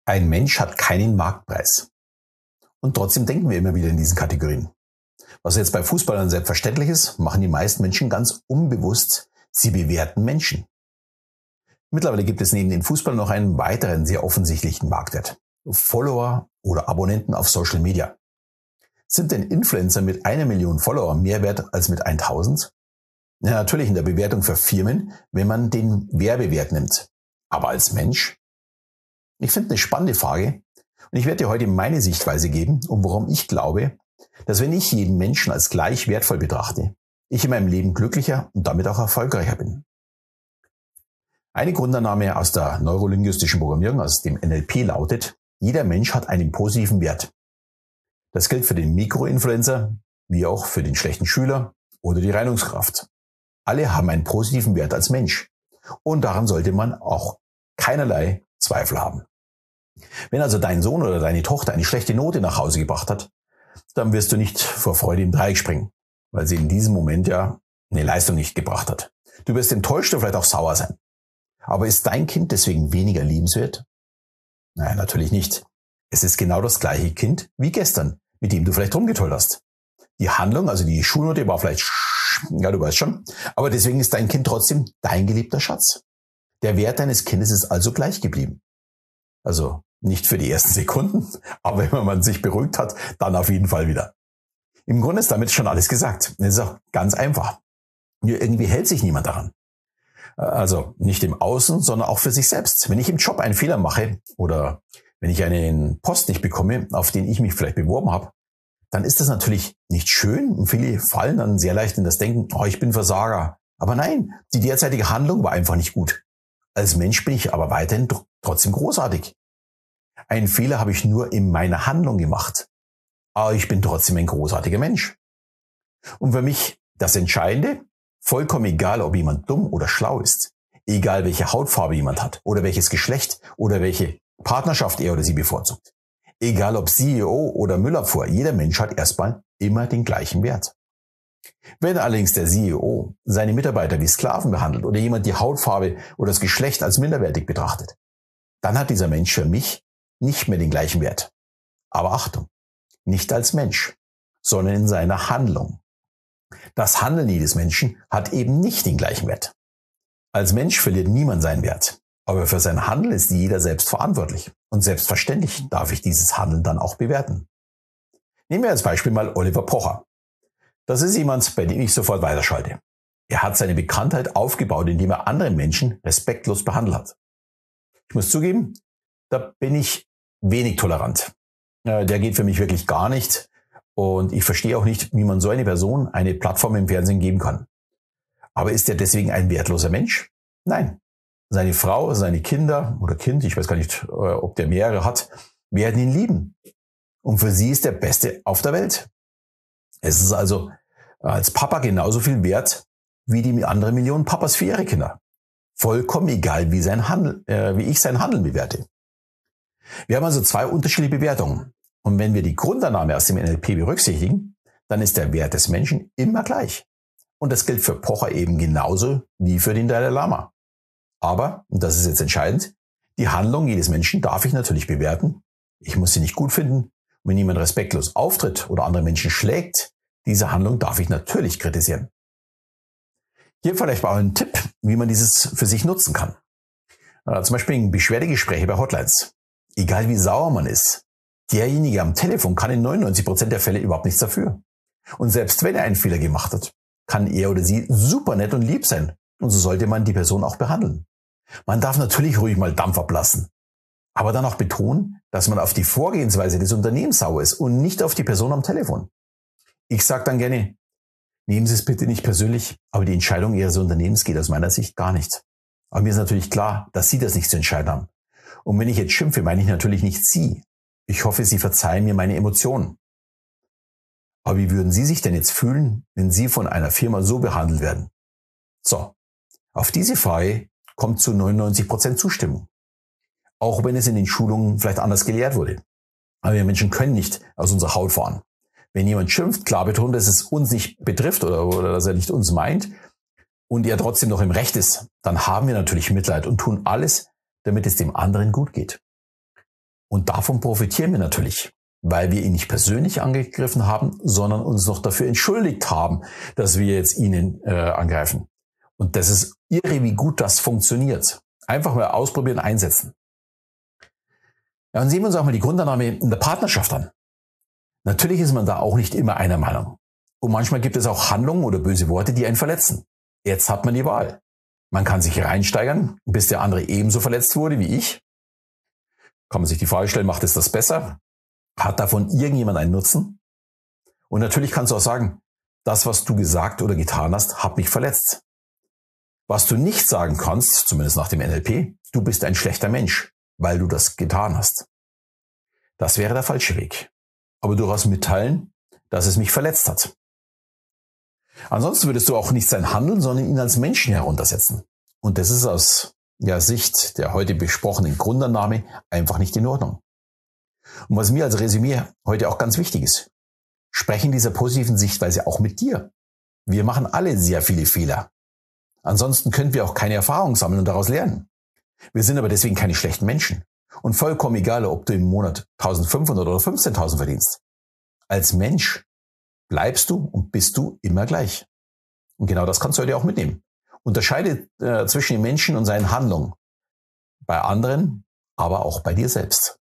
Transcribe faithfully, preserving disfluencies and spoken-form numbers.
Ein Mensch hat keinen Marktpreis. Und trotzdem denken wir immer wieder in diesen Kategorien. Was jetzt bei Fußballern selbstverständlich ist, machen die meisten Menschen ganz unbewusst. Sie bewerten Menschen. Mittlerweile gibt es neben den Fußballern noch einen weiteren sehr offensichtlichen Marktwert. Follower oder Abonnenten auf Social Media. Sind denn Influencer mit einer Million Follower mehr wert als mit tausend? Ja, natürlich in der Bewertung für Firmen, wenn man den Werbewert nimmt. Aber als Mensch? Ich finde eine spannende Frage und ich werde dir heute meine Sichtweise geben und warum ich glaube, dass wenn ich jeden Menschen als gleich wertvoll betrachte, ich in meinem Leben glücklicher und damit auch erfolgreicher bin. Eine Grundannahme aus der neurolinguistischen Programmierung, aus dem N L P lautet, jeder Mensch hat einen positiven Wert. Das gilt für den Mikroinfluencer, wie auch für den schlechten Schüler oder die Reinigungskraft. Alle haben einen positiven Wert als Mensch und daran sollte man auch keinerlei Zweifel haben. Wenn also dein Sohn oder deine Tochter eine schlechte Note nach Hause gebracht hat, dann wirst du nicht vor Freude im Dreieck springen, weil sie in diesem Moment ja eine Leistung nicht gebracht hat. Du wirst enttäuscht oder vielleicht auch sauer sein. Aber ist dein Kind deswegen weniger liebenswert? Nein, natürlich nicht. Es ist genau das gleiche Kind wie gestern, mit dem du vielleicht rumgetollt hast. Die Handlung, also die Schulnote war vielleicht, ja du weißt schon, aber deswegen ist dein Kind trotzdem dein geliebter Schatz. Der Wert deines Kindes ist also gleich geblieben. Also nicht für die ersten Sekunden, aber wenn man sich beruhigt hat, dann auf jeden Fall wieder. Im Grunde ist damit schon alles gesagt. Es ist auch ganz einfach. Nur irgendwie hält sich niemand daran. Also nicht im Außen, sondern auch für sich selbst. Wenn ich im Job einen Fehler mache oder wenn ich einen Post nicht bekomme, auf den ich mich vielleicht beworben habe, dann ist das natürlich nicht schön und viele fallen dann sehr leicht in das Denken, oh, ich bin Versager. Aber nein, die derzeitige Handlung war einfach nicht gut. Als Mensch bin ich aber weiterhin trotzdem großartig. Einen Fehler habe ich nur in meiner Handlung gemacht. Aber ich bin trotzdem ein großartiger Mensch. Und für mich das Entscheidende, vollkommen egal, ob jemand dumm oder schlau ist, egal welche Hautfarbe jemand hat oder welches Geschlecht oder welche Partnerschaft er oder sie bevorzugt, egal ob C E O oder Müllabfuhr, jeder Mensch hat erstmal immer den gleichen Wert. Wenn allerdings der C E O seine Mitarbeiter wie Sklaven behandelt oder jemand die Hautfarbe oder das Geschlecht als minderwertig betrachtet, dann hat dieser Mensch für mich nicht mehr den gleichen Wert. Aber Achtung, nicht als Mensch, sondern in seiner Handlung. Das Handeln jedes Menschen hat eben nicht den gleichen Wert. Als Mensch verliert niemand seinen Wert, aber für sein Handeln ist jeder selbst verantwortlich. Und selbstverständlich darf ich dieses Handeln dann auch bewerten. Nehmen wir als Beispiel mal Oliver Pocher. Das ist jemand, bei dem ich sofort weiterschalte. Er hat seine Bekanntheit aufgebaut, indem er andere Menschen respektlos behandelt hat. Ich muss zugeben, da bin ich wenig tolerant. Der geht für mich wirklich gar nicht. Und ich verstehe auch nicht, wie man so eine Person eine Plattform im Fernsehen geben kann. Aber ist er deswegen ein wertloser Mensch? Nein. Seine Frau, seine Kinder oder Kind, ich weiß gar nicht, ob der mehrere hat, werden ihn lieben. Und für sie ist er Beste auf der Welt. Es ist also als Papa genauso viel wert wie die anderen Millionen Papas für ihre Kinder. Vollkommen egal, wie, sein Handel, äh, wie ich sein Handeln bewerte. Wir haben also zwei unterschiedliche Bewertungen. Und wenn wir die Grundannahme aus dem N L P berücksichtigen, dann ist der Wert des Menschen immer gleich. Und das gilt für Pocher eben genauso wie für den Dalai Lama. Aber, und das ist jetzt entscheidend, die Handlung jedes Menschen darf ich natürlich bewerten. Ich muss sie nicht gut finden. Und wenn jemand respektlos auftritt oder andere Menschen schlägt, diese Handlung darf ich natürlich kritisieren. Hier vielleicht mal ein Tipp, wie man dieses für sich nutzen kann. Äh, zum Beispiel Beschwerdegespräche bei Hotlines. Egal wie sauer man ist, derjenige am Telefon kann in neunundneunzig Prozent der Fälle überhaupt nichts dafür. Und selbst wenn er einen Fehler gemacht hat, kann er oder sie super nett und lieb sein. Und so sollte man die Person auch behandeln. Man darf natürlich ruhig mal Dampf ablassen. Aber dann auch betonen, dass man auf die Vorgehensweise des Unternehmens sauer ist und nicht auf die Person am Telefon. Ich sage dann gerne, nehmen Sie es bitte nicht persönlich, aber die Entscheidung Ihres Unternehmens geht aus meiner Sicht gar nicht. Aber mir ist natürlich klar, dass Sie das nicht zu entscheiden haben. Und wenn ich jetzt schimpfe, meine ich natürlich nicht Sie. Ich hoffe, Sie verzeihen mir meine Emotionen. Aber wie würden Sie sich denn jetzt fühlen, wenn Sie von einer Firma so behandelt werden? So, auf diese Frage kommt zu neunundneunzig Prozent Zustimmung. Auch wenn es in den Schulungen vielleicht anders gelehrt wurde. Aber wir Menschen können nicht aus unserer Haut fahren. Wenn jemand schimpft, klar betont, dass es uns nicht betrifft oder, oder dass er nicht uns meint und er trotzdem noch im Recht ist, dann haben wir natürlich Mitleid und tun alles, damit es dem anderen gut geht. Und davon profitieren wir natürlich, weil wir ihn nicht persönlich angegriffen haben, sondern uns noch dafür entschuldigt haben, dass wir jetzt ihn äh, angreifen. Und das ist irre, wie gut das funktioniert. Einfach mal ausprobieren, einsetzen. Ja, und sehen wir uns auch mal die Grundannahme in der Partnerschaft an. Natürlich ist man da auch nicht immer einer Meinung. Und manchmal gibt es auch Handlungen oder böse Worte, die einen verletzen. Jetzt hat man die Wahl. Man kann sich reinsteigern, bis der andere ebenso verletzt wurde wie ich. Kann man sich die Frage stellen, macht es das besser? Hat davon irgendjemand einen Nutzen? Und natürlich kannst du auch sagen, das, was du gesagt oder getan hast, hat mich verletzt. Was du nicht sagen kannst, zumindest nach dem N L P, du bist ein schlechter Mensch, weil du das getan hast. Das wäre der falsche Weg. Aber durchaus mitteilen, dass es mich verletzt hat. Ansonsten würdest du auch nicht sein Handeln, sondern ihn als Menschen heruntersetzen. Und das ist aus ja, Sicht der heute besprochenen Grundannahme einfach nicht in Ordnung. Und was mir als Resümee heute auch ganz wichtig ist, spreche in dieser positiven Sichtweise auch mit dir. Wir machen alle sehr viele Fehler. Ansonsten könnten wir auch keine Erfahrung sammeln und daraus lernen. Wir sind aber deswegen keine schlechten Menschen. Und vollkommen egal, ob du im Monat eintausendfünfhundert oder fünfzehntausend verdienst. Als Mensch bleibst du und bist du immer gleich. Und genau das kannst du heute auch mitnehmen. Unterscheide äh, zwischen den Menschen und seinen Handlungen. Bei anderen, aber auch bei dir selbst.